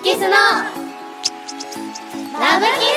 キスのラブキ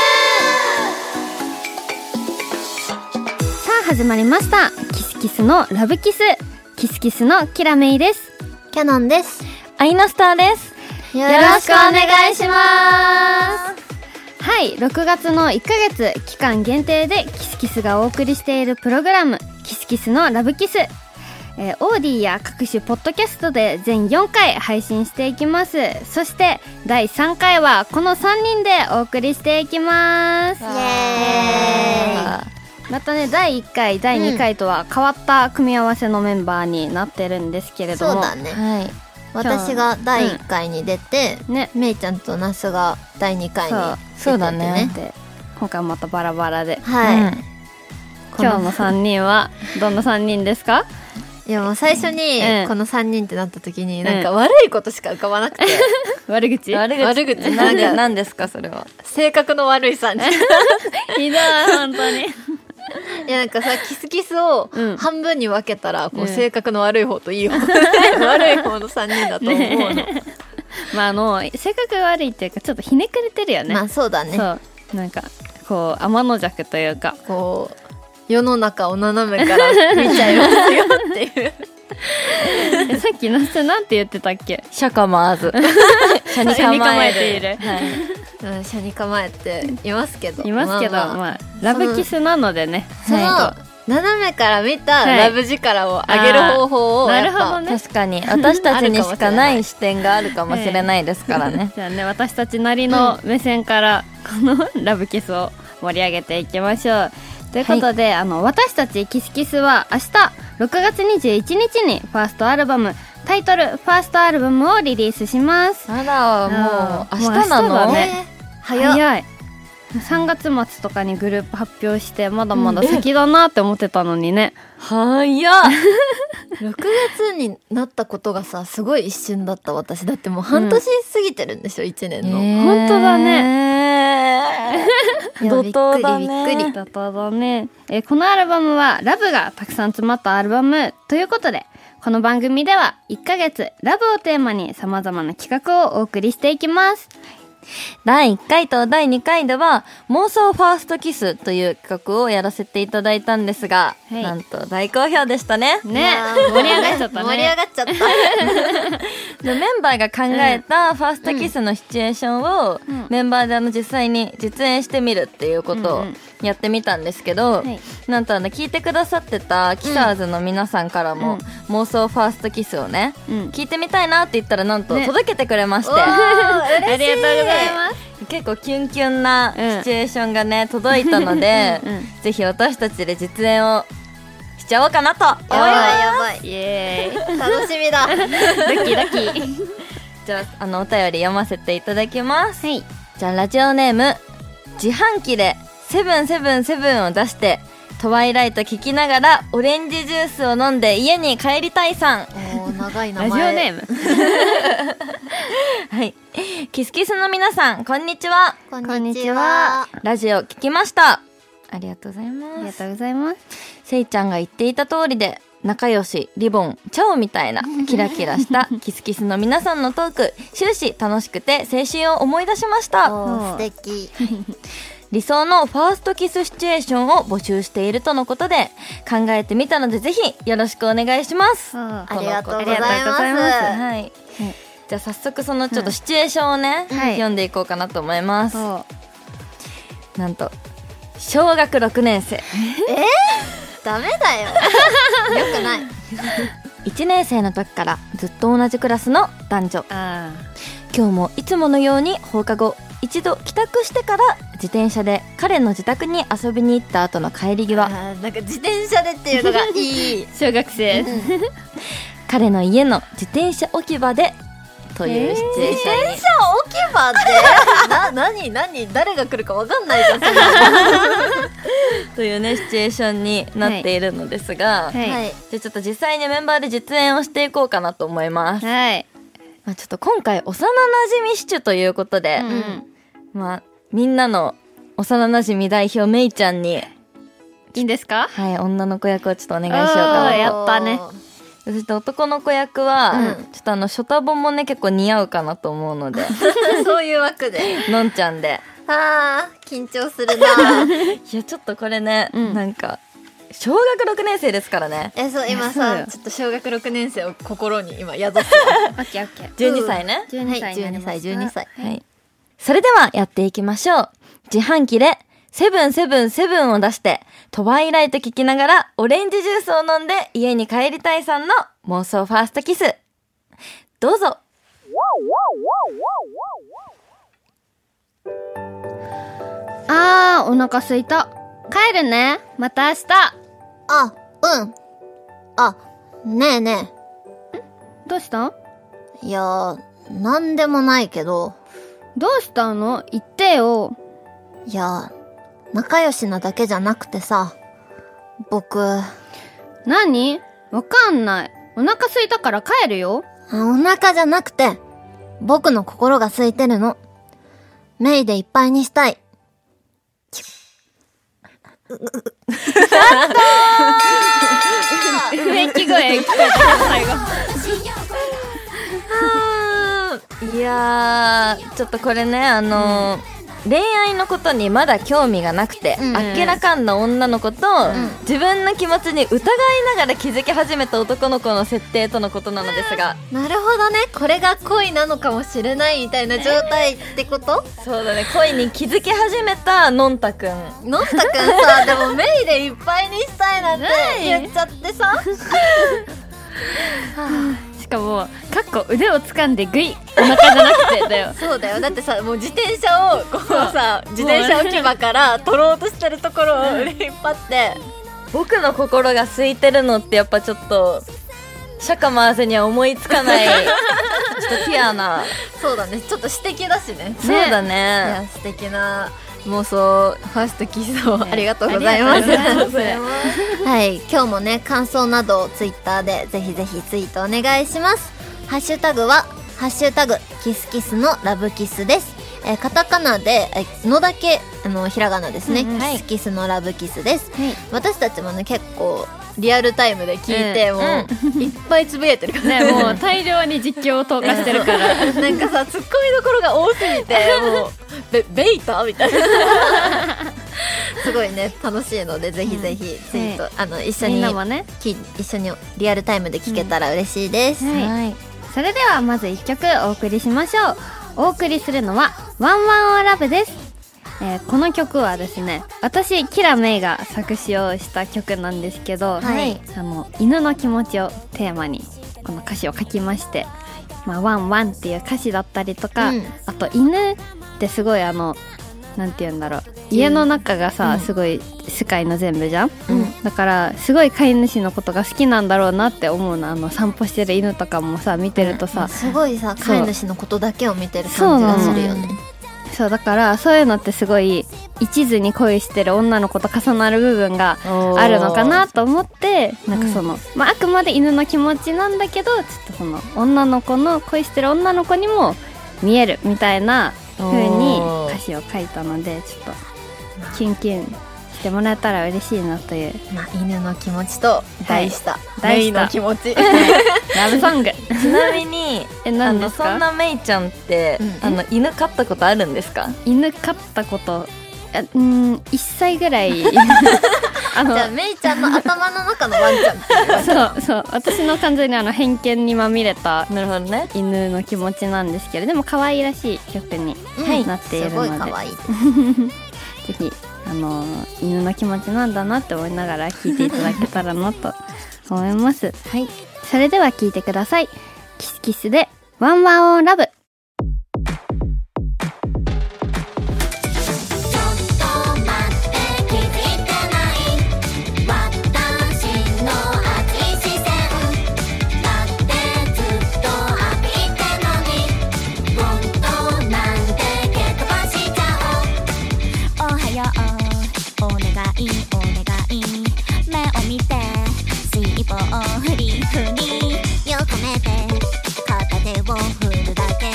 さあ始まりました。キスキスのラブキス。キスキスのキラメイです。 キャノンです。 アイナスターです。 よろしくお願いします。 はい、6月の1ヶ月期間限定でキスキスがお送りしているプログラムキスキスのラブキス、オーディや各種ポッドキャストで全4回配信していきます。そして第3回はこの3人でお送りしていきます。 イエーイ。 またね、第1回第2回とは変わった組み合わせのメンバーになってるんですけれども、 そうだね、 はい。 私が第1回に出て、 ね、 めいちゃんと那須が第2回に出てて、 そうだね。 で今回またバラバラで、 はい、 今日の3人はどんな3人ですか？ いやもう最初にこの3人ってなった時になんか悪いことしか浮かばなくて、 悪口なんですかそれは。 性格の悪い3人ひどい本当に。 いやなんかさ、キスキスを半分に分けたらこう性格の悪い方といい方、悪い方の3人だと思うの。 まあ性格が悪いっていうかちょっとひねくれてるよね。 まあそうだね。 そうなんかこう天の弱というか、 こう世の中を斜めから見ちゃいますよっていうさっきの人なんて言ってたっけ？ シャカマーズ。 車に構えている。 はい、車に構えていますけど、 まあラブキスなのでね、 その斜めから見たラブ力を上げる方法を、 なるほどね、 確かに私たちにしかない視点があるかもしれないですからね。 じゃあね、私たちなりの目線からこのラブキスを盛り上げていきましょう。ということで、私たちキスキスは明日6月21日にファーストアルバムタイトルファーストアルバムをリリースします。 あら、もう明日なの？ もう明日だね。 早い。 3月末とかにグループ発表してまだまだ先だなって思ってたのにね、 早っ。 6月になったことがさ、すごい一瞬だった。私だってもう半年過ぎてるんでしょ、1年の。 本当だね。 怒涛だね。 びっくり。 怒涛だね。このアルバムはラブがたくさん詰まったアルバムということで、この番組では1ヶ月ラブをテーマに様々な企画をお送りしていきます。 第1回と第2回では妄想ファーストキスという企画をやらせていただいたんですが、 はい、 なんと大好評でしたね。 ね、盛り上がっちゃったね。 盛り上がっちゃったでメンバーが考えたファーストキスのシチュエーションを、メンバーで実際に実演してみるっていうことをやってみたんですけど、なんと聞いてくださってたキサーズの皆さんからも、妄想ファーストキスをね、聞いてみたいなって言ったらなんと届けてくれまして、 ありがとうございます。 結構キュンキュンなシチュエーションがね、届いたので、ぜひ私たちで実演をしちゃおうかなと思います。 やばいイエーイ。 楽しみだ。 ドキドキ。 じゃあお便り読ませていただきます。 はい。 じゃあラジオネーム自販機でセブンセブンセブンを出してトワイライト聞きながらオレンジジュースを飲んで家に帰りたいさん。 おー、長い名前。 ラジオネーム。 はい。キスキスの皆さん、こんにちは。 こんにちは。 ラジオ聞きました。ありがとうございます。 ありがとうございます。 せいちゃんが言っていた通りで、仲良し、リボン、チャオみたいなキラキラしたキスキスの皆さんのトーク、終始楽しくて青春を思い出しました。 おー、素敵。 理想のファーストキスシチュエーションを募集しているとのことで考えてみたので、ぜひよろしくお願いします。 ありがとうございます。 はい。じゃあ早速そのちょっとシチュエーションをね、読んでいこうかなと思います。なんと小学6年生。 ダメだよ。よくない。 1年生の時からずっと同じクラスの男女。今日もいつものように放課後一度帰宅してから自転車で彼の自宅に遊びに行った後の帰り際、 なんか自転車でっていうのがいい。 小学生。 彼の家の自転車置き場でというシチュエーションに、 自転車置き場で何誰が来るか分かんないじゃん。そんなというねシチュエーションになっているのですが、 はい。 じゃあちょっと実際にメンバーで実演をしていこうかなと思います。 はい。 まあ、ちょっと今回幼馴染シチュということで、まあみんなの幼馴染代表めいちゃんにいいんですか？ はい、女の子役をちょっとお願いしようかなと。 やったね。 そして男の子役は、ちょっとショタボもね結構似合うかなと思うのでそういう枠でのんちゃんで。 緊張するな。 いやちょっとこれね、なんか小学6年生ですからね。 そう今さちょっと小学6年生を心に今宿す。 オッケーオッケー。 12歳ね。 12歳になります。 12歳。 はい。それではやっていきましょう。自販機でセブンセブンセブンを出してトワイライト聞きながらオレンジジュースを飲んで家に帰りたいさんの妄想ファーストキス。どうぞ。 お腹すいた。帰るね。また明日。 ねえねどうした？ え。いやなんでもないけど。 どうしたの？言ってよ。 いや仲良しなだけじゃなくてさ、僕。 何？わかんない。お腹空いたから帰るよ。 お腹じゃなくて、僕の心が空いてるの。メイでいっぱいにしたい。 うめき声聞こえた最後。 いやーちょっとこれね恋愛のことにまだ興味がなくて、あっけらかんな女の子と、自分の気持ちに疑いながら気づき始めた男の子の設定とのことなのですが、 なるほどね。これが恋なのかもしれないみたいな状態ってこと？ そうだね。恋に気づき始めたのんたくん。 のんたくんさでもメイでいっぱいにしたいなんて言っちゃってさ。 しかもかっこ腕を掴んでグイ、お腹じゃなくてだよ。 そうだよ。だってさもう自転車をこうさ自転車置き場から取ろうとしてるところを腕引っ張って、 僕の心が空いてるのってやっぱちょっと釈迦回せには思いつかないちょっとピュアな。 そうだね。ちょっと詩的だしね。 そうだいね。 や素敵な妄想ファーストキスをありがとうございます。はい、今日もね感想などをツイッターでぜひぜひツイートお願いします。ハッシュタグはハッシュタグキスキスのラブキスです。カタカナでのだけひらがなですね、キスキスのラブキスです、私たちもね結構リアルタイムで聞いて、もういっぱいつぶやいてるからね。もう大量に実況を投下してるからなんかさツッコミどころが多すぎてもうベイタみたいなすごいね楽しいのでぜひぜひツイート、一緒にみんなもね一緒にリアルタイムで聞けたら嬉しいです、 はい、それではまず1曲お送りしましょう。お送りするのはワンワンオーラブです。この曲はですね、私キラメイが作詞をした曲なんですけど、犬の気持ちをテーマにこの歌詞を書きまして、ワンワンっていう歌詞だったりとか、あと犬ってすごいなんて言うんだろう、家の中がさ、すごい世界の全部じゃん、だからすごい飼い主のことが好きなんだろうなって思うの。散歩してる犬とかもさ見てるとさ、 すごいさ飼い主のことだけを見てる感じがするよね。 そうだからそういうのってすごい一途に恋してる女の子と重なる部分があるのかなと思って、なんかあくまで犬の気持ちなんだけど、ちょっとその女の子の恋してる女の子にも見えるみたいな風に歌詞を書いたので、ちょっとキュンキュンしてもらえたら嬉しいなという、 犬の気持ちと題したメイの気持ちラブソング。 ちなみに何ですか？ そんなメイちゃんって、犬飼ったことあるんですか？ 犬飼ったこと1歳ぐらいじゃあメイちゃんの頭の中のワンちゃんってそう私の完全に偏見にまみれたなるほどね犬の気持ちなんですけど、でも可愛らしい曲になっているので、 すごい可愛いですぜひ犬の気持ちなんだなって思いながら聴いていただけたらなと思います。はい、それでは聴いてください。キスキスでワンワンオンラブ。 お願い目を見て尻尾をフリフリよく見て片手を振るだけ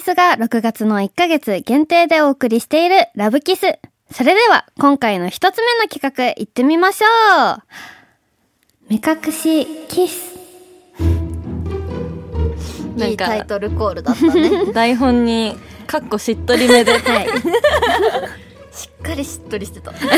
スが6月の1ヶ月限定でお送りしているラブキス。それでは今回の一つ目の企画行ってみましょう。目隠しキス。 いいタイトルコールだったね。 台本にかっこしっとりめで、はい、 しっかりしっとりしてた。 はい、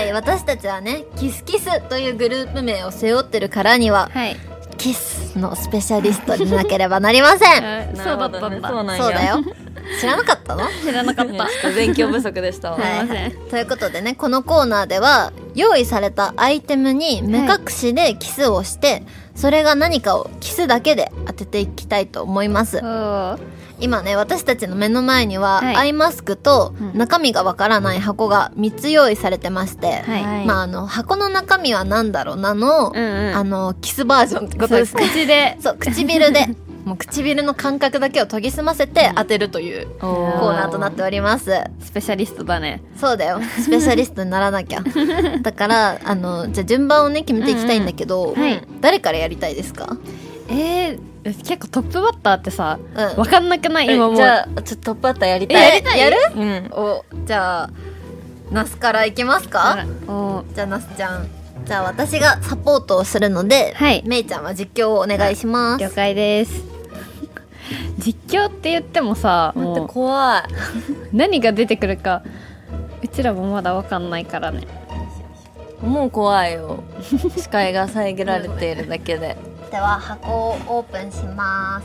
私たちはね、キスキスというグループ名を背負ってるからには、はい、キスのスペシャリストになければなりません。 そうだったんだ。 そうだよ。知らなかったの？ 知らなかった。 勉強不足でしたわ。 はい、ということでね、このコーナーでは用意されたアイテムに目隠しでキスをして、はい、それが何かをキスだけで当てていきたいと思います。今ね、私たちの目の前には、はい、アイマスクと中身がわからない箱が3つ用意されてまして、はい、箱の中身は何だろうなの、キスバージョンってことですね。 口でそう、唇でもう唇の感覚だけを研ぎ澄ませて当てるというコーナーとなっております。 スペシャリストだね。 そうだよ、スペシャリストにならなきゃ。だからじゃあ順番をね決めていきたいんだけど、はい、誰からやりたいですか？ 結構トップバッターってさ、分かんなくない？今もう。 じゃあちょっとトップバッターやりたい。 やる？じゃあナスからいきますか？じゃあナスちゃん、じゃあ私がサポートをするので、はい、めいちゃんは実況をお願いします。 了解です。実況って言ってもさ、 待って、怖い。 何が出てくるかうちらもまだ分かんないからね。 もう怖いよ。視界が遮られているだけで。 では箱をオープンします。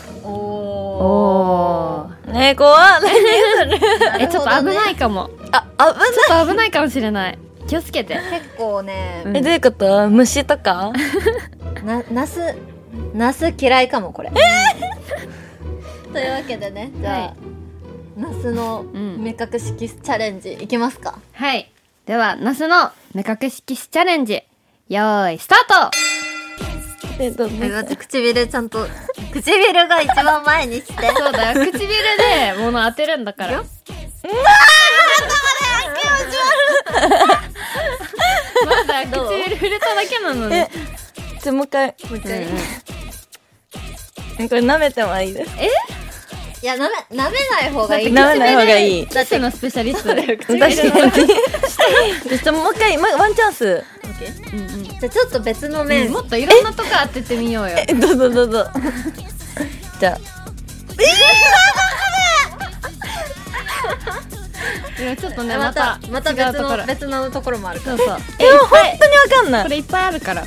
おー、怖い。何それ。ちょっと危ないかも。 危ない。ちょっと危ないかもしれない。気をつけて。 結構ね、 どういうこと？虫とか？ ナス嫌いかもこれ。というわけでね、じゃあ、ナスの目隠しキスチャレンジいきますか？ はい。ではナスの目隠しキスチャレンジ、よーいスタート。 唇ちゃんと唇が一番前にして。 そうだよ、唇で物当てるんだから。まだ唇触れただけなのに。 じゃあもう一回。これ舐めてもいいです。 いや、舐めない方がいい。 舐めない方がいい。 だってのスペシャリストだよ。 確かに。じゃあもう一回、ワンチャンス。 じゃあちょっと別の面、 もっといろんなとこ当ててみようよ。 どうぞ。じゃあ。 ちょっとね、 また別のところもあるから。 そう。 本当にわかんない。 これいっぱいあるから。も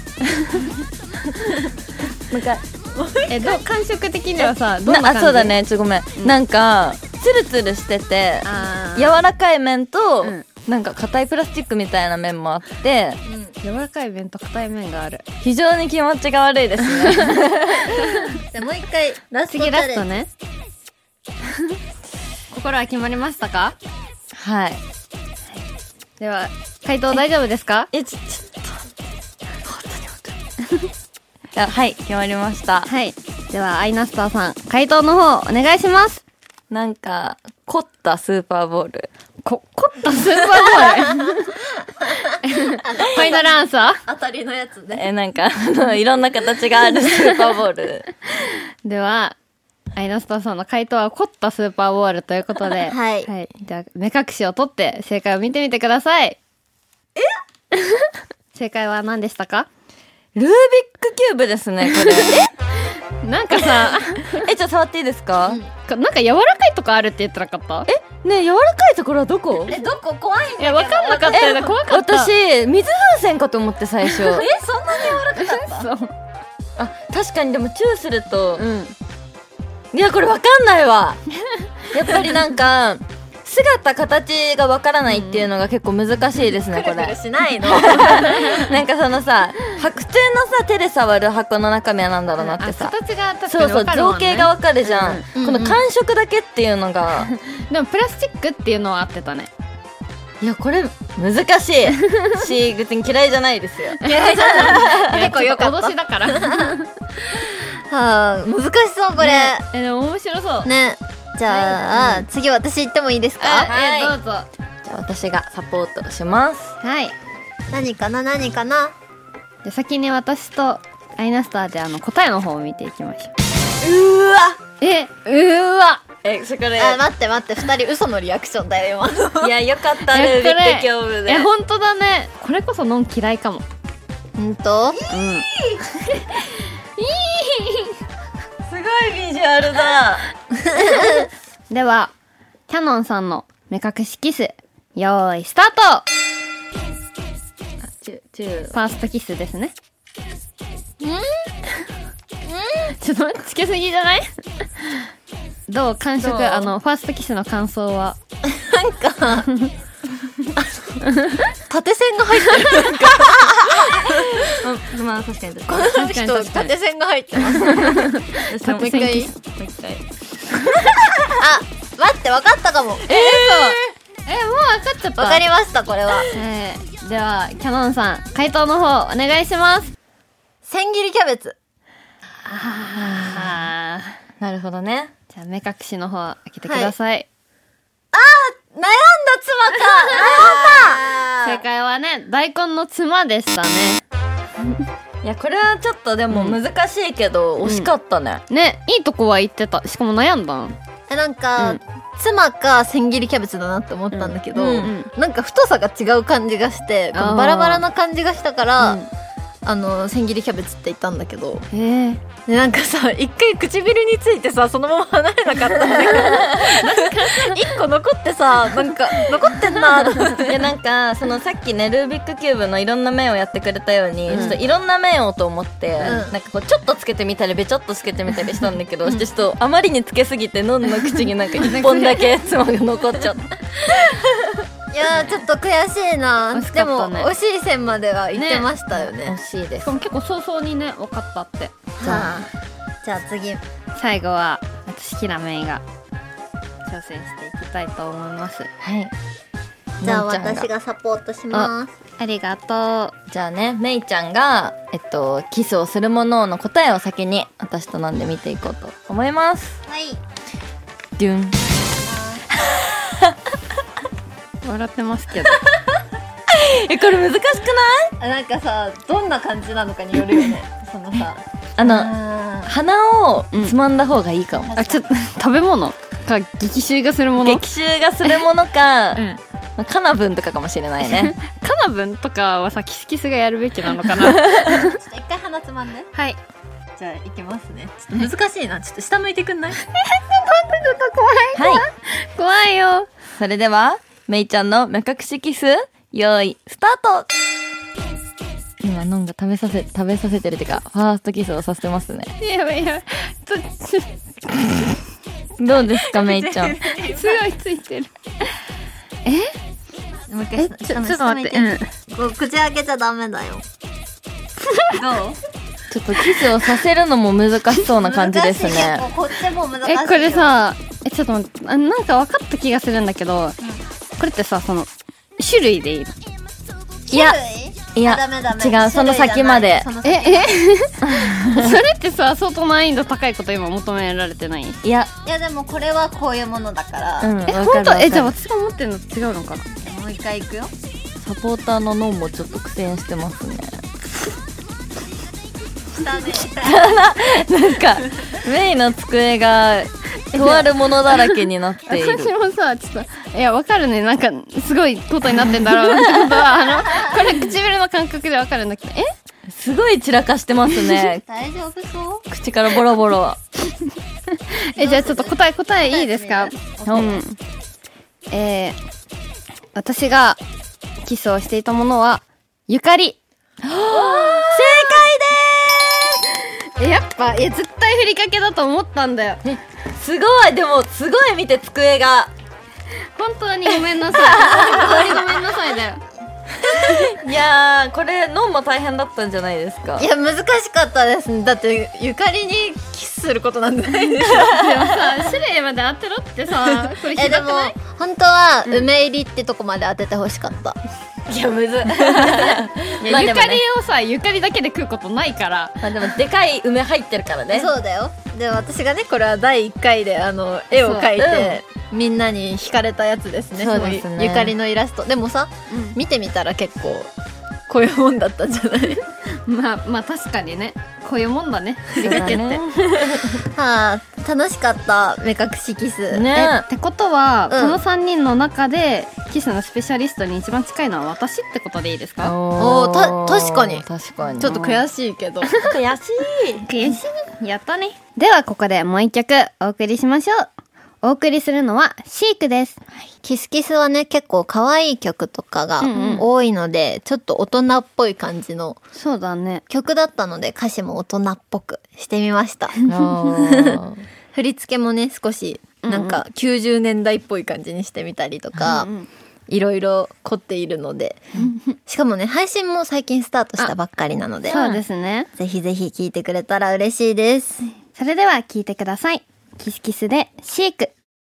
う一回。どう感触的にはさ、どんな感じ？ そうだね、ごめん。なんかツルツルしてて、柔らかい面となんか硬いプラスチックみたいな面もあって、 柔らかい面と硬い面がある。 非常に気持ちが悪いですね。 じゃあもう一回次ラストね。心は決まりましたか？ はい。 では回答大丈夫ですか？ ちょっと本当に分かんない。はい、決まりました。 はい。ではアイナスターさん、回答の方お願いします。 なんか凝ったスーパーボール。 凝ったスーパーボール。ファイナルアンサー？ 当たりのやつね。 なんかいろんな形があるスーパーボール。 ではアイナスターさんの回答は凝ったスーパーボールということで、 はい。 じゃあ目隠しを取って正解を見てみてください。正解は何でしたか？ ルービックキューブですね、これ。 なんかさ、 ちょっと触っていいですか？ なんか柔らかいとこあるって言ってなかった？ ねえ、柔らかいところはどこ？ どこ？怖いんだけど。 いや、分かんなかったよね。怖かった。 私、水風船かと思って最初。 そんなに柔らかかった？ そう。 確かにでもチューすると、いや、これ分かんないわ。やっぱりなんか、姿形がわからないっていうのが結構難しいですね、これ。 くるくるしないの。 なんかそのさ、白昼のさ、手で触る箱の中身はなんだろうなってさ、 形が確かにわかるもんね。 造形がわかるじゃん。この感触だけっていうのが。 でもプラスチックっていうのは合ってたね。 いや、これ難しいし、別に嫌いじゃないですよ。 嫌いじゃない。結構よかった。脅しだから。 難しそうこれ。 でも面白そうね。じゃあ、次私行ってもいいですか？ はい、どうぞ。 じゃあ私がサポートします。 はい。 何かな？ じゃ先に私とアイナスターで答えの方を見ていきましょう。 そこで待って2人嘘のリアクションだよ今のいやよかったねルービックキューブで本当だね。これこそノン嫌いかも。 ほんと？ すごいビジュアルだではキャノンさんの目隠しキスよーいスタート。ファーストキスですね。ちょっと待って、つけすぎじゃないどう感触、ファーストキスの感想は。 なんか縦線が入ってるまあ確かにこの人縦線が入ってますもう一回あ、待って分かったかも。 もう分かっちゃった。 分かりましたこれは。 ではキャノンさん回答の方お願いします。 千切りキャベツ。 なるほどね。 じゃあ目隠しの方開けてください。 悩んだ妻か。 正解はね大根のつまでしたね。 いやこれはちょっとでも難しいけど、惜しかったね。 ね、いいとこは言ってた。しかも悩んだん。 なんか、妻か千切りキャベツだなって思ったんだけど、なんか太さが違う感じがして、このバラバラな感じがしたから、千切りキャベツって言ったんだけど、でなんかさ一回唇についてさそのまま離れなかったんだけど一個残ってさなんか残ってんなと思って。 でなんかそのさっきねルービックキューブのいろんな面をやってくれたように、ちょっといろんな面をと思って、なんかこうちょっとつけてみたりべちょっとつけてみたりしたんだけど、ちょっとあまりにつけすぎてのんの口になんか一本だけつまが残っちゃった。 いやちょっと悔しいな。 惜しでかったねも惜しい線までは行ってましたよね。 惜しいです。 しかも結構早々にね分かったって。 じゃあ次最後は私キラメイが挑戦していきたいと思います。 はい。 じゃあ私がサポートします。 ありがとう。 じゃあねメイちゃんがキスをするものの答えを先に私となんで見ていこうと思います。 はい。 デュン。 笑ってますけど。 これ難しくない？ なんかさどんな感じなのかによるよね。そのさ鼻をつまんだ方がいいかも。 ちょっと食べ物か激臭がするもの。 激臭がするものか、カナブンとかかもしれないね。 カナブンとかはさキスキスがやるべきなのかな。 ちょっと一回鼻つまんで。 はい。 じゃあいきますね。ちょっと難しいな。ちょっと下向いてくんない？ なんでちょっと怖い。 はい。 怖いよ。 それではメイちゃんの目隠しキス用意スタート。今ノンが食べさせてるっていうかファーストキスをさせてますね。 やばいどうですかメイちゃん。 すごいついてる。 もう一回ちょっと待って。 こう口開けちゃダメだよ。どう？ ちょっとキスをさせるのも難しそうな感じですね。 こっちも難しいよ。 これさちょっと待って、なんか分かった気がするんだけど、これってさその種類でいいの？ いやダメ違う、その先まで。 それってさ相当難易度高いこと今求められてない？ いやでもこれはこういうものだから。 本当？じゃあ私が思ってるの違うのかな？ もう一回いくよ。 サポーターのノンもちょっと苦戦してますね。なんかメイの机がとあるものだらけになっている。 私もさちょっと分かるね。なんかすごいことになってんだろうなってことはこれ唇の感覚で分かるんだけどすごい散らかしてますね。 大丈夫そう？ 口からボロボロ。 じゃあちょっと答えいいですか？私がキスをしていたものはゆかり。正解でーす。やっぱ絶対ふりかけだと思ったんだよ。 すごい。でもすごい見て机が。 本当にごめんなさい。本当にごめんなさいだよ。 いやーこれノンも大変だったんじゃないですか？ いや難しかったですね。だってゆかりにキスすることなんてないでしょ。 でもさ種類まで当てろってさこれひどくでもない？ 本当は梅入りってとこまで当ててほしかった。 いやむずい。 ゆかりをさゆかりだけで食うことないから。 でもでかい梅入ってるからね。 そうだよ。で私がねこれは第1回で絵を描いて、みんなに惹かれたやつですね。 そうですね。 ゆかりのイラストでもさ、見てみたら結構こういうもんだったんじゃない？ まあ確かにね。 こういうもんだね、ふりかけって。 はあ、楽しかった目隠しキスね。 ってことは、この3人の中でキスのスペシャリストに一番近いのは私ってことでいいですか？ 確かに確かに。 ちょっと悔しいけど悔しい。 やったね。ではここでもう一曲お送りしましょう。お送りするのはシークです。 キスキスはね、結構可愛い曲とかが多いので、ちょっと大人っぽい感じのそうだね曲だったので、歌詞も大人っぽくしてみました。振り付けもね、少しなんか90年代っぽい感じにしてみたりとか、いろいろ凝っているので、しかもね、配信も最近スタートしたばっかりなので、 そうですね、 ぜひぜひ聴いてくれたら嬉しいです。 それでは聴いてください。キスキスでシーク。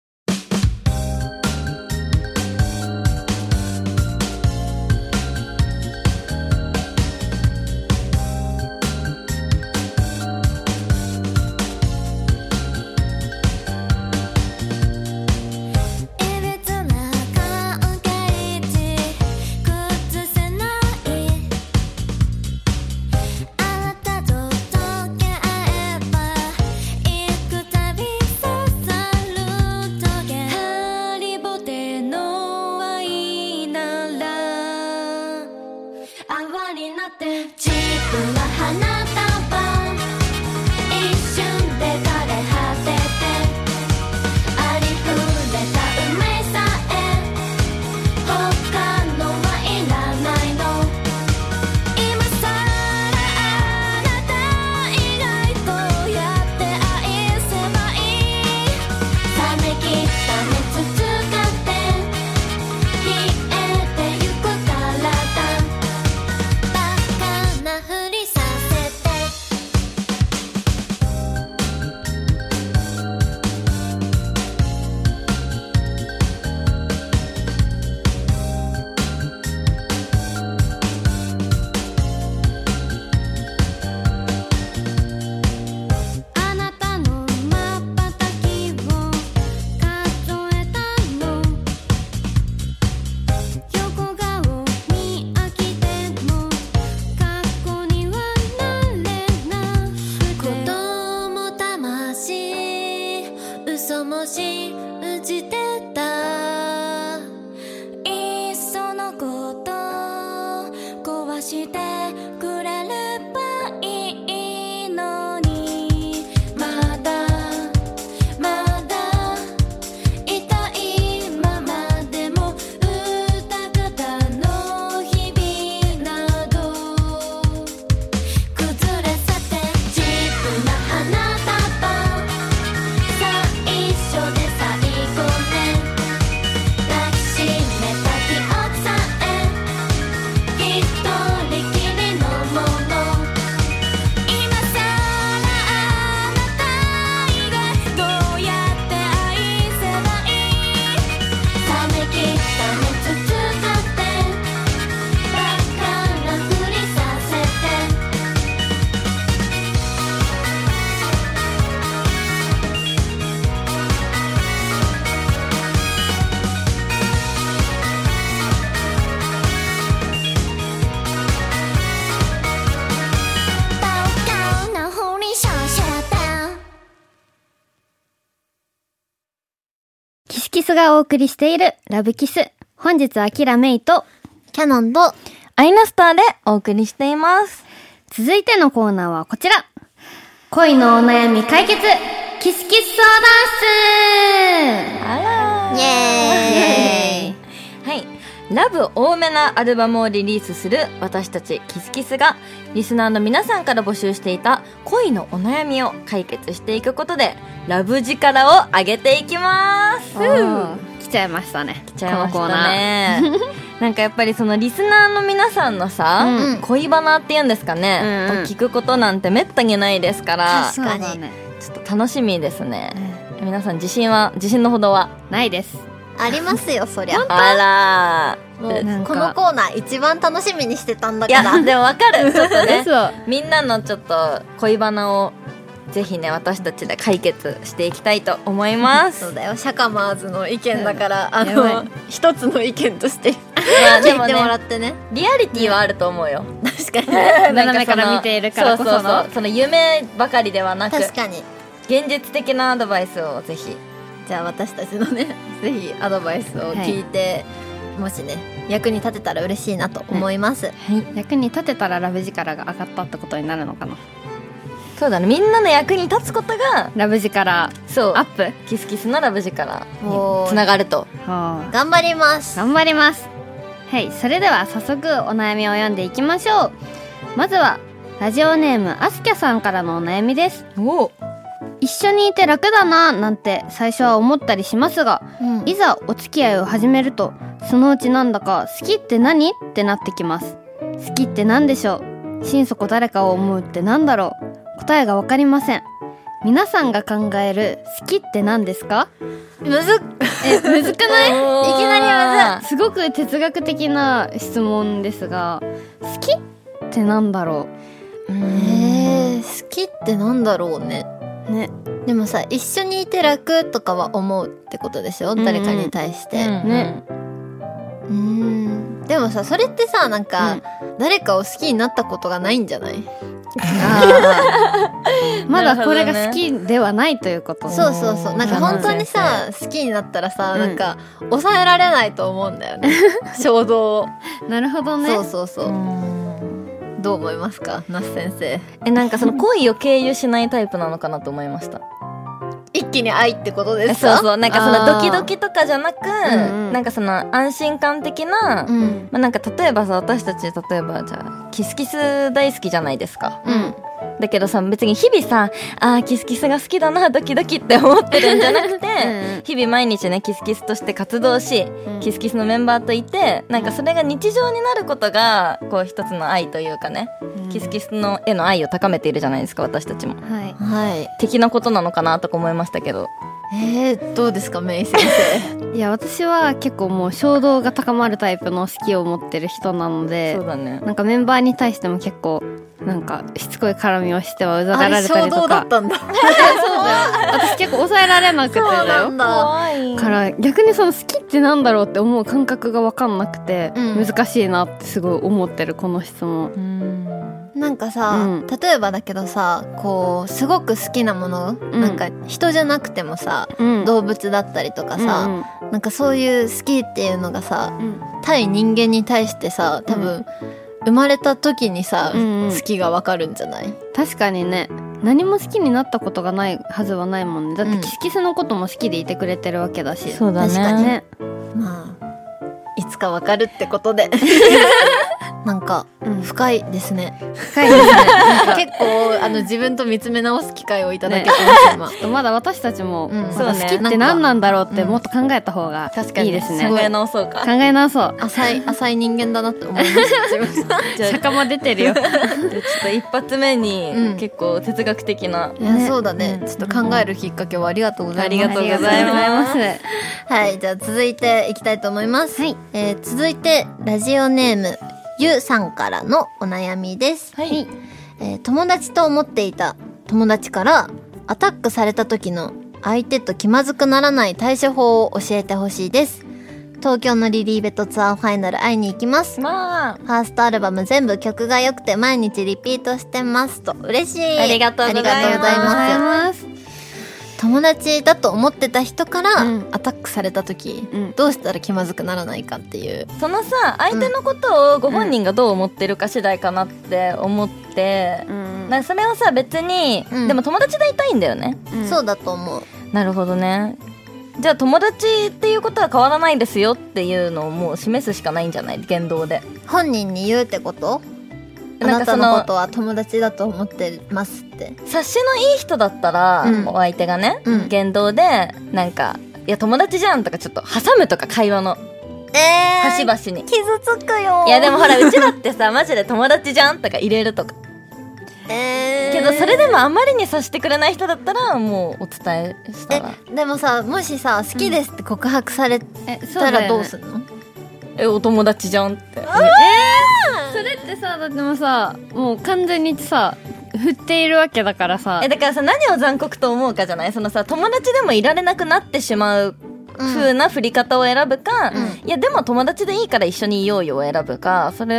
キスがお送りしているラブキス。本日はキラメイとキャノンとアイナスターでお送りしています。 続いてのコーナーはこちら。恋のお悩み解決キスキス相談室。 あらー、 イエーイ。 はい、ラブ多めなアルバムをリリースする私たちキスキスがリスナーの皆さんから募集していた恋のお悩みを解決していくことでラブ力を上げていきます。 来ちゃいましたね。 来ちゃいましたね。なんかやっぱりそのリスナーの皆さんのさ、恋バナっていうんですかね、を聞くことなんてめったにないですから、 確かにちょっと楽しみですね。皆さん自信のほどはないです。 ありますよ、そりゃ。 あらもうこのコーナー一番楽しみにしてたんだから。 いやでも分かる。ちょっとねそうみんなのちょっと恋バナをぜひね私たちで解決していきたいと思います。 そうだよ、シャカマーズの意見だから、一つの意見としてまあでも聞いてもらね、 ってね。 リアリティはあると思うよ。 確確かに斜めから見ているからこそのその夢ばかりではなく確かに現実的なアドバイスをぜひ。 じゃあ私たちのねぜひアドバイスを聞いて、もしね役に立てたら嬉しいなと思います、 役に立てたらラブ力が上がったってことになるのかな。 そうだね、みんなの役に立つことがラブ力そうアップキスキスのラブ力おーにつながると。 頑張ります頑張ります。はい、それでは早速お悩みを読んでいきましょう。まずはラジオネームあすきゃさんからのお悩みです。 お一緒にいて楽だななんて最初は思ったりしますが、いざお付き合いを始めるとそのうちなんだか好きって何ってなってきます。好きって何でしょう。心底誰かを思うって何だろう。答えがわかりません。皆さんが考える好きって何ですか？ むずっむずくない？ いきなりむずすごく哲学的な質問ですが、好きってなんだろ好きってなんだろうね。でもさ、一緒にいて楽とかは思うってことでしょ、誰かに対して、 ね。 でもさ、それってさ、なんか、誰かを好きになったことがないんじゃない？ まだこれが好きではないということ。 そうそうそう、なんか本当にさ好きになったらさ、なんか抑えられないと思うんだよね衝動を。 なるほどね。 そうそうそう。どう思いますか、那須先生。 なんかその恋を経由しないタイプなのかなと思いました。 一気に愛ってことですか？ そうそう、なんかそのドキドキとかじゃなく、なんかその安心感的な、まあ、なんか例えばさ、私たち例えばじゃあキスキス大好きじゃないですか。だけどさ、別に日々さ、キスキスが好きだな、ドキドキって思ってるんじゃなくて日々毎日ねキスキスとして活動し、キスキスのメンバーといて、なんかそれが日常になることがこう一つの愛というかね、キスキスのへの愛を高めているじゃないですか、私たちも。的なことなのかなとか思いましたけど。 どうですか、メイ先生。 いや、私は結構もう衝動が高まるタイプの好きを持ってる人なので、 そうだね、 なんかメンバーに対しても結構なんかしつこい絡みをしてはうざがられたりとか。 衝動だったんだ。 そうだよ。私結構抑えられなくてだよ。 そうなんだ。 から逆にその好きってなんだろうって思う感覚が分かんなくて、難しいなってすごい思ってるこの質問。 なんかさ、例えばだけどさ、こうすごく好きなもの、なんか人じゃなくてもさ、動物だったりとかさ、なんかそういう好きっていうのがさ、対人間に対してさ、多分、生まれた時にさ、好きがわかるんじゃない？確かにね。何も好きになったことがないはずはないもんね。だってキスキスのことも好きでいてくれてるわけだし。 そうだね。 確かにね。まあいつかわかるってことでなんか、深いですね。 深いですね。 結構自分と見つめ直す機会をいただけてます、 今。まだ私たちも、好きって何なんだろうってもっと考えた方がいいですね。 考え直そうか。 考え直そう。 浅い人間だなって思いました。 じゃあ坂間出てるよ。 ちょっと一発目に結構哲学的な。 いや、そうだね。ちょっと考えるきっかけをありがとうございます。 ありがとうございます。 はい、じゃあ続いていきたいと思います。続いてラジオネームゆうさんからのお悩みです。友達と思っていた友達からアタックされた時の相手と気まずくならない対処法を教えてほしいです。東京のリリーベットツアーファイナル会いに行きます。ファーストアルバム全部曲が良くて毎日リピートしてますと。嬉しい。 ありがとうございます。 友達だと思ってた人からアタックされた時、どうしたら気まずくならないかっていう。 そのさ、相手のことをご本人がどう思ってるか次第かなって思って、なんかそれはさ別に、でも友達でいたいんだよね。 そうだと思う。 なるほどね。じゃあ友達っていうことは変わらないですよっていうのをもう示すしかないんじゃない？言動で本人に言うってこと？あなたのことは友達だと思ってますって。 察しのいい人だったら、お相手がね、言動でなんかいや友達じゃんとかちょっと挟むとか、会話の端々に傷つくよ。 いやでもほらうちだってさマジで友達じゃんとか入れるとかけどそれでもあまりに察してくれない人だったらもうお伝えしたら。 でもさ、もしさ好きですって告白されたらどうすんの？ お友達じゃんって。 それってさ、だってもさ、もう完全にさ振っているわけだからさ。 だからさ、何を残酷と思うかじゃない？そのさ、友達でもいられなくなってしまう風な振り方を選ぶか、いやでも友達でいいから一緒にいようよを選ぶか、それ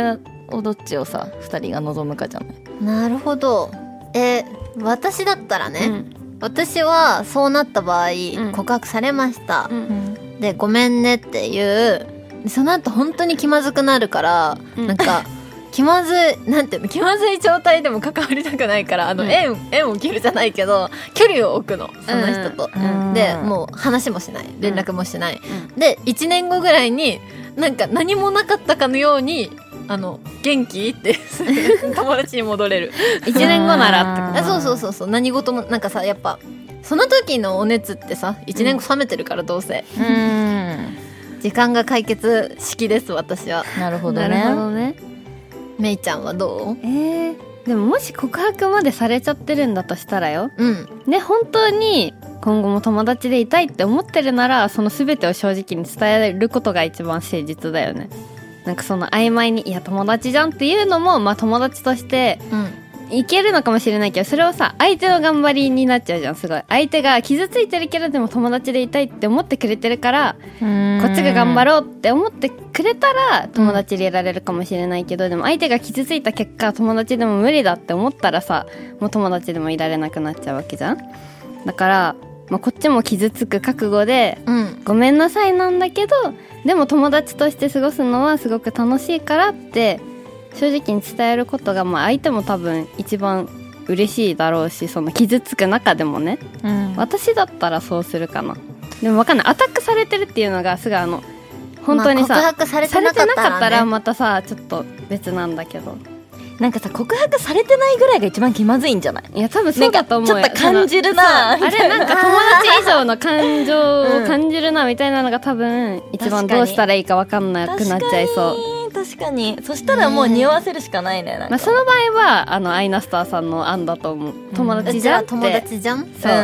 どっちをさ2人が望むかじゃない。 なるほど。私だったらね、私はそうなった場合、告白されました、でごめんねっていうその後本当に気まずくなるから、なんか気まずい状態でも関わりたくないから縁を切るじゃないけど距離を置くのその人と、でもう話もしない連絡もしない、で1年後ぐらいになんか何もなかったかのように元気って友達に戻れる 1年後ならってこと。 そう何事もなんかさ、やっぱその時のお熱ってさ1年後冷めてるからどうせ、時間が解決式です私は。 なるほどね。 めいちゃんはどう？ でももし告白までされちゃってるんだとしたらよ、で本当に今後も友達でいたいって思ってるなら、その全てを正直に伝えることが一番誠実だよね。なんかその曖昧にいや友達じゃんっていうのも、まあ友達としていけるのかもしれないけど、それをさ相手の頑張りになっちゃうじゃん。すごい相手が傷ついてるけどでも友達でいたいって思ってくれてるから、こっちが頑張ろうって思ってくれたら友達でいられるかもしれないけど、でも相手が傷ついた結果友達でも無理だって思ったらさ、もう友達でもいられなくなっちゃうわけじゃん。だから、まあ、こっちも傷つく覚悟で、ごめんなさいなんだけど、でも友達として過ごすのはすごく楽しいからって正直に伝えることが、まあ相手も多分一番嬉しいだろうし、その傷つく中でもね、私だったらそうするかな。でも分かんない、アタックされてるっていうのがすぐ本当にさ、 告白されてなかったらまたさちょっと別なんだけど、 なんかさ告白されてないぐらいが一番気まずいんじゃない？ いや多分そうだと思うよ。 ちょっと感じるなあれなんか友達以上の感情を感じるなみたいなのが多分一番どうしたらいいか分かんなくなっちゃいそう。 確かに。そしたらもう匂わせるしかないね。 まあ、その場合はアイナスターさんの案だと思う。友達じゃんって、 友達じゃんそう、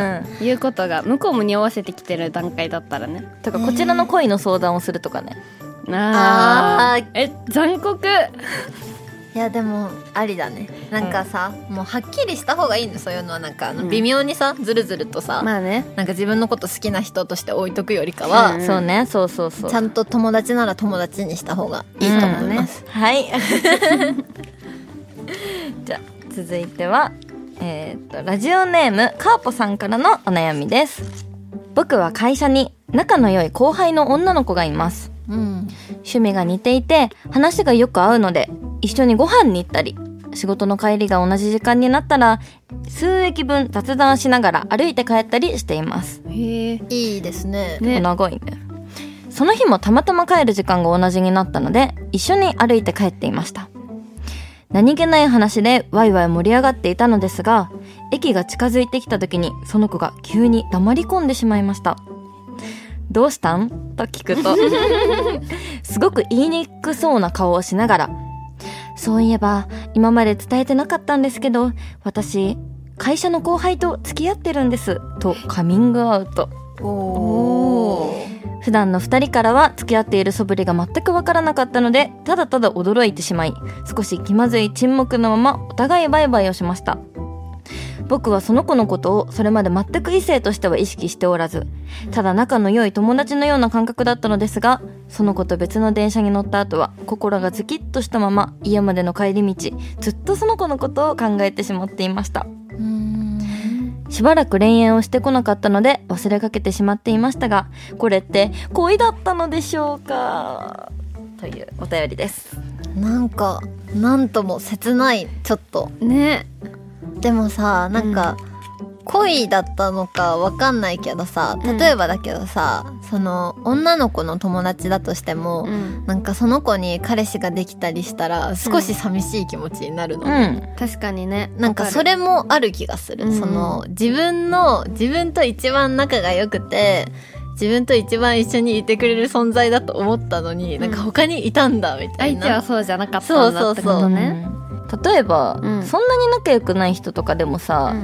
いうことが向こうも匂わせてきてる段階だったらね。 とかこちらの恋の相談をするとかね。 残酷。 いやでもありだね。なんかさ、もうはっきりした方がいいの、そういうのは。なんか微妙にさずるずるとさ、 まあね、 なんか自分のこと好きな人として置いとくよりかは、 そうね、そうちゃんと友達なら友達にした方がいいと思います、 はいじゃあ続いてはラジオネームカーポさんからのお悩みです。僕は会社に仲の良い後輩の女の子がいます、趣味が似ていて話がよく合うので一緒にご飯に行ったり、仕事の帰りが同じ時間になったら数駅分雑談しながら歩いて帰ったりしています。 へえ、いいですね。 長いね。その日もたまたま帰る時間が同じになったので一緒に歩いて帰っていました。何気ない話でワイワイ盛り上がっていたのですが、駅が近づいてきた時にその子が急に黙り込んでしまいました。どうしたん？と聞くとすごく言いにくそうな顔をしながら、そういえば今まで伝えてなかったんですけど、私会社の後輩と付き合ってるんですとカミングアウト。普段の2人からは付き合っている素振りが全くわからなかったので、ただただ驚いてしまい、少し気まずい沈黙のままお互いバイバイをしました。僕はその子のことをそれまで全く異性としては意識しておらず、ただ仲の良い友達のような感覚だったのですが、その子と別の電車に乗った後は心がズキッとしたまま家までの帰り道ずっとその子のことを考えてしまっていました。しばらく恋愛をしてこなかったので忘れかけてしまっていましたが、これって恋だったのでしょうか、というお便りです。 なんかなんとも切ない。ちょっとね。 でもさ、なんか、恋だったのかわかんないけどさ、例えばだけどさ、その女の子の友達だとしても、なんかその子に彼氏ができたりしたら少し寂しい気持ちになるの、 確かにね。 なんかそれもある気がする、その自分と一番仲が良くて自分と一番一緒にいてくれる存在だと思ったのに、なんか他にいたんだみたいな。 相手はそうじゃなかったんだってことね。 例えば、そんなに仲良くない人とかでもさ、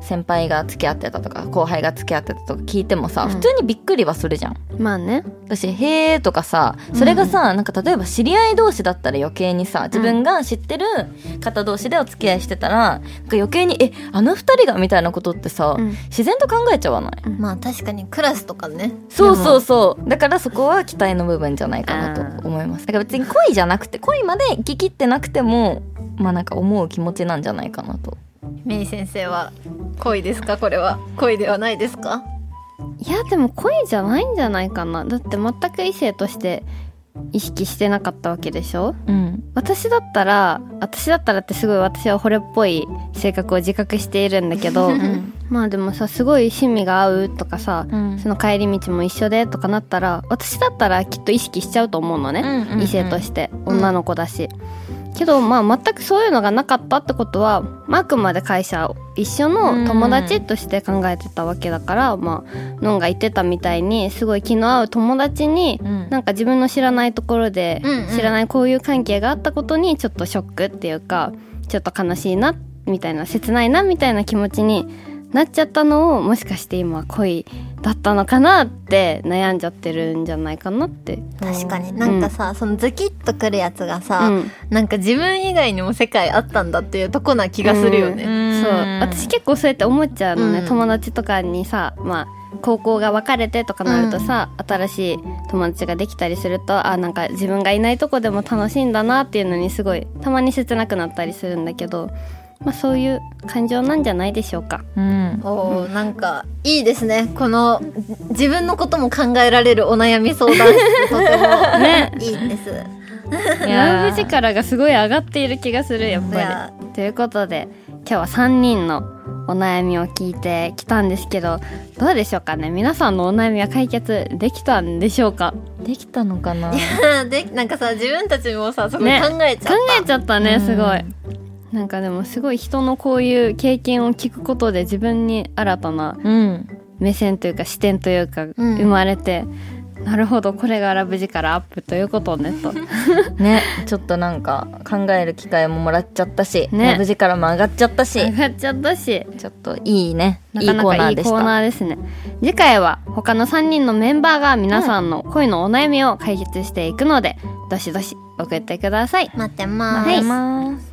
先輩が付き合ってたとか後輩が付き合ってたとか聞いてもさ、普通にびっくりはするじゃん。 まあね。 私へーとかさ、それがさ、なんか例えば知り合い同士だったら余計にさ、自分が知ってる方同士でお付き合いしてたら、なんか余計にあの二人がみたいなことってさ、自然と考えちゃわない？ まあ確かにクラスとかね。 そうそうそう。だからそこは期待の部分じゃないかなと思います。だから別に恋じゃなくて、恋まで行ききってなくても、まあなんか思う気持ちなんじゃないかなと。 メイ先生は恋ですか？これは恋ではないですか？ いやでも恋じゃないんじゃないかな。だって全く異性として意識してなかったわけでしょ。私だったらってすごい私は惚れっぽい性格を自覚しているんだけど、まあでもさ、すごい趣味が合うとかさ、その帰り道も一緒でとかなったら、私だったらきっと意識しちゃうと思うのね、異性として。女の子だし、けどまあ全くそういうのがなかったってことは、あくまで会社一緒の友達として考えてたわけだから、まあのんが言ってたみたいにすごい気の合う友達に、なんか自分の知らないところで、知らないこういう関係があったことにちょっとショックっていうか、ちょっと悲しいなみたいな、切ないなみたいな気持ちになっちゃったのを、もしかして今恋だったのかなって悩んじゃってるんじゃないかなって。 確かになんかさ、そのズキッとくるやつがさ、なんか自分以外にも世界あったんだっていうとこな気がするよね。 そう、私結構そうやって思っちゃうのね、友達とかにさ、まあ高校が別れてとかなるとさ、新しい友達ができたりすると、なんか自分がいないとこでも楽しいんだなっていうのにすごいたまに切なくなったりするんだけど、まあそういう感情なんじゃないでしょうか。 なんかいいですね、この自分のことも考えられるお悩み相談室、とてもねいいです。 ラブ力がすごい上がっている気がする、やっぱり。ということで今日は3人のお悩みを聞いてきたんですけど、どうでしょうかね。皆さんのお悩みは解決できたんでしょうか。 できたのかな。 なんかさ、自分たちもさ、そこ考えちゃった、 考えちゃったね、すごい。なんかでもすごい人のこういう経験を聞くことで自分に新たな目線というか視点というか生まれて、なるほど、これがラブ力アップということねとね、ちょっとなんか考える機会ももらっちゃったし、ラブ力も上がっちゃったし、ちょっといいね、 なかなかいいコーナーですね。次回は他の3人のメンバーが皆さんの恋のお悩みを解決していくので、どしどし送ってください。 待ってます。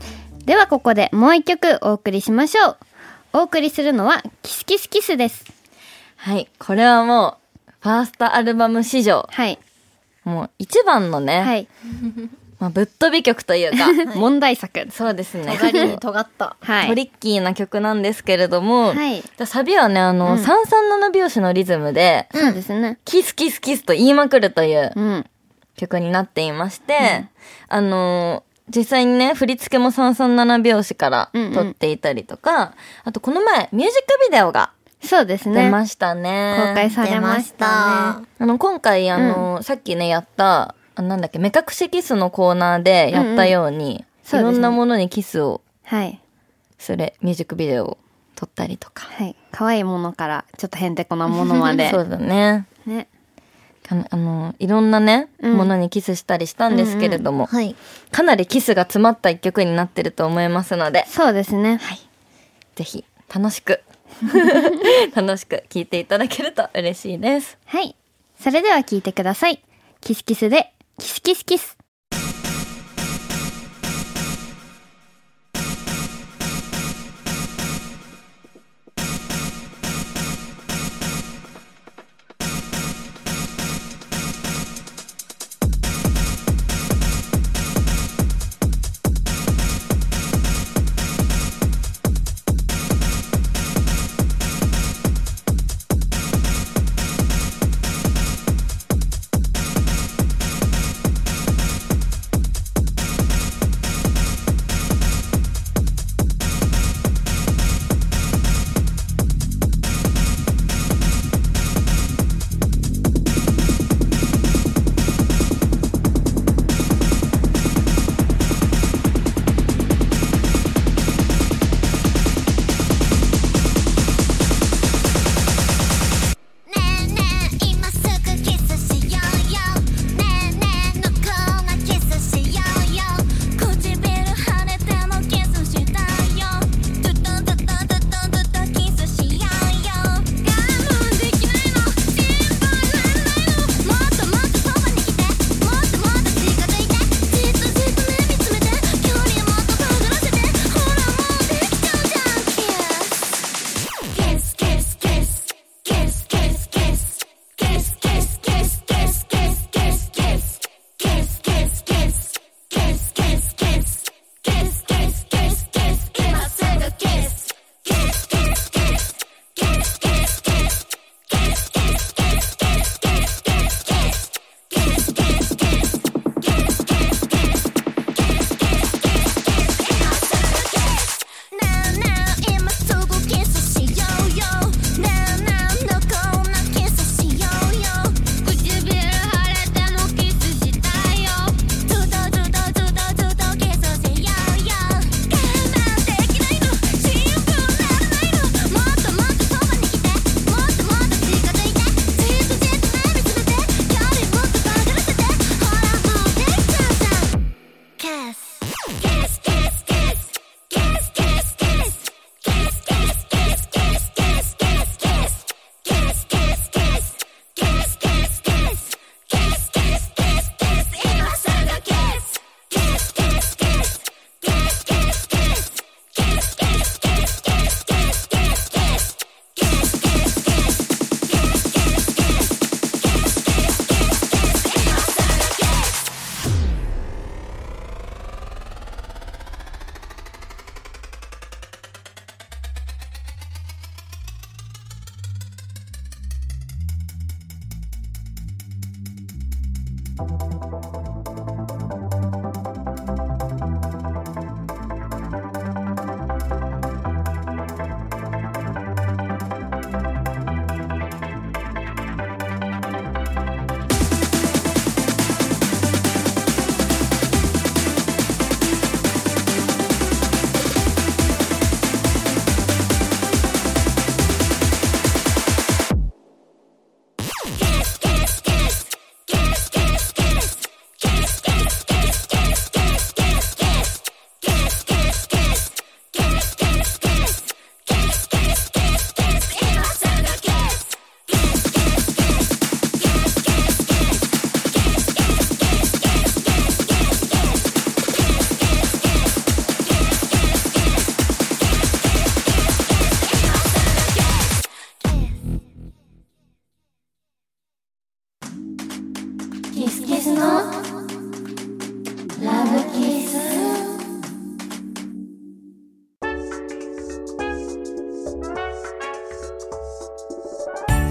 ではここでもう一曲お送りしましょう。お送りするのはキスキスキスです。 はい、これはもうファーストアルバム史上、もう一番のね、まあ、ぶっ飛び曲というか問題作。 そうですね、 尖りに尖った、 トリッキーな曲なんですけれども、サビはね、337拍子のリズムで、 そうですね、 キスキスキスと言いまくるという曲になっていまして、実際にね、振り付けも337拍子から撮っていたりとか、あとこの前ミュージックビデオがそうですね、 出ましたね。 公開されましたね。 今回さっきねやったなんだっけ、目隠しキスのコーナーでやったように、いろんなものにキスをするミュージックビデオを撮ったりとか、 可愛いものからちょっとへんてこなものまでそうだね。いろんなね、ものにキスしたりしたんですけれども、かなりキスが詰まった一曲になってると思いますので、 そうですね、 ぜひ楽しく聴いていただけると嬉しいです。 はい、それでは聴いてください。キスキスでキスキスキス。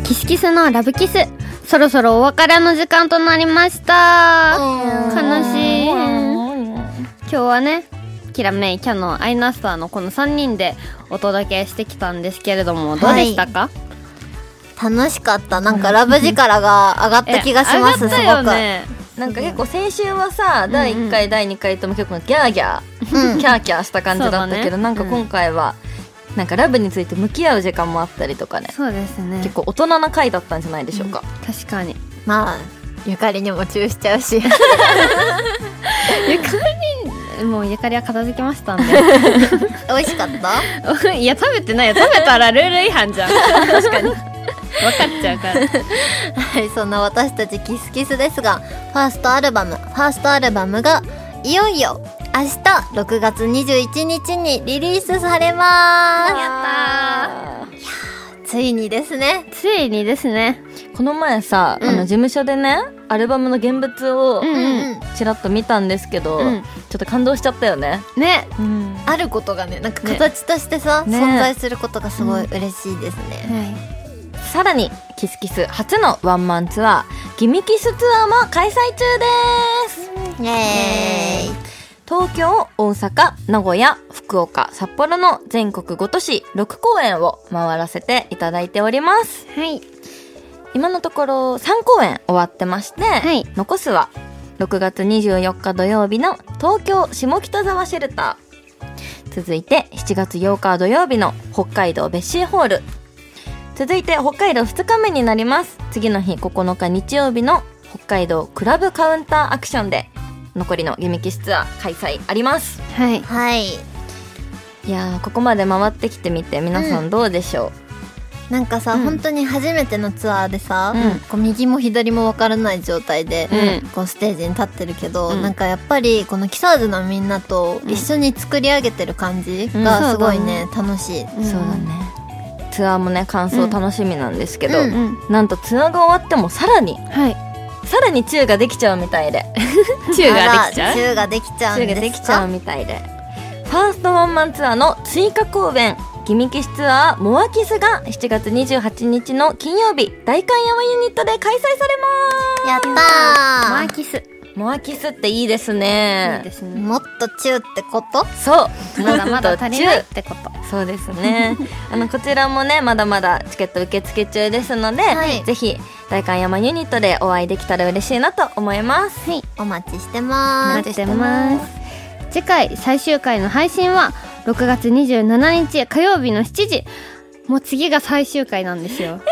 キスキスのラブキス、そろそろお別れの時間となりました。悲しい。今日はね、キラメイ、キャノン、アイナスターのこの3人でお届けしてきたんですけれども、どうでしたか？ 楽しかった。なんかラブ力が上がった気がします。すごく。 なんか結構先週はさ、第1回第2回とも結構ギャーギャー、キャーキャーした感じだったけど、なんか今回はなんかラブについて向き合う時間もあったりとかね。 そうですね。 結構大人な回だったんじゃないでしょうか。 確かに。 まあゆかりにもチューしちゃうし。ゆかりもうゆかりは片付けましたんで。 美味しかった？ いや食べてないよ。食べたらルール違反じゃん。確かに。分かっちゃうから。 はい、そんな私たちキスキスですが、ファーストアルバムがいよいよ明日6月21日にリリースされます。 やったー。いやついにですね。 この前さ、事務所でねアルバムの現物をちらっと見たんですけど、ちょっと感動しちゃったよね。 ね、あることがね、なんか形としてさ、存在することがすごい嬉しいですね。 さらにキスキス初のワンマンツアーギミキスツアーも開催中です。 イエーイ。 東京、大阪、名古屋、福岡、札幌の全国5都市6公演を回らせていただいております。 はい。 今のところ3公演終わってまして、残すは6月24日土曜日の東京下北沢シェルター、続いて7月8日土曜日の北海道ベッシーホール、続いて北海道2日目になります。次の日9日日曜日の北海道クラブカウンターアクションで残りのギミキスツアー開催あります。 はいはい。 いやー、ここまで回ってきてみて皆さんどうでしょう？なんかさ、本当に初めてのツアーでさ、こう右も左も分からない状態で、こうステージに立ってるけど、なんかやっぱりこのキサーズのみんなと一緒に作り上げてる感じがすごいね、楽しい。 そうだね。ツアーもね感想楽しみなんですけど、なんとツアーが終わってもさらにチューができちゃうみたいでチューができちゃうみたいで、ファーストワンマンツアーの追加公演ギミキスツアーモアキスが7月28日の金曜日代官山ユニットで開催されます。 やったー。 モアキスっていいですね。 もっとチューってこと？ そう、 まだまだ足りないってこと。 そうですね。こちらもねまだまだチケット受付中ですので、ぜひ代官山ユニットでお会いできたら嬉しいなと思います。 はい、お待ちしてます。 次回最終回の配信は6月27日火曜日の7時。もう次が最終回なんですよ。やだ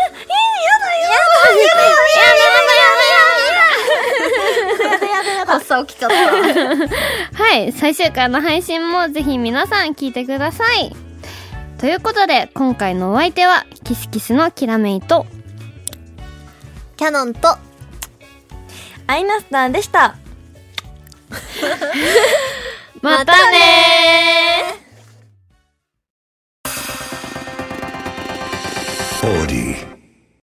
発作起きちゃった。 はい、最終回の配信もぜひ皆さん聞いてください。ということで今回のお相手はキスキスのキラメイとキャノンとアイナスターでした。 またねー。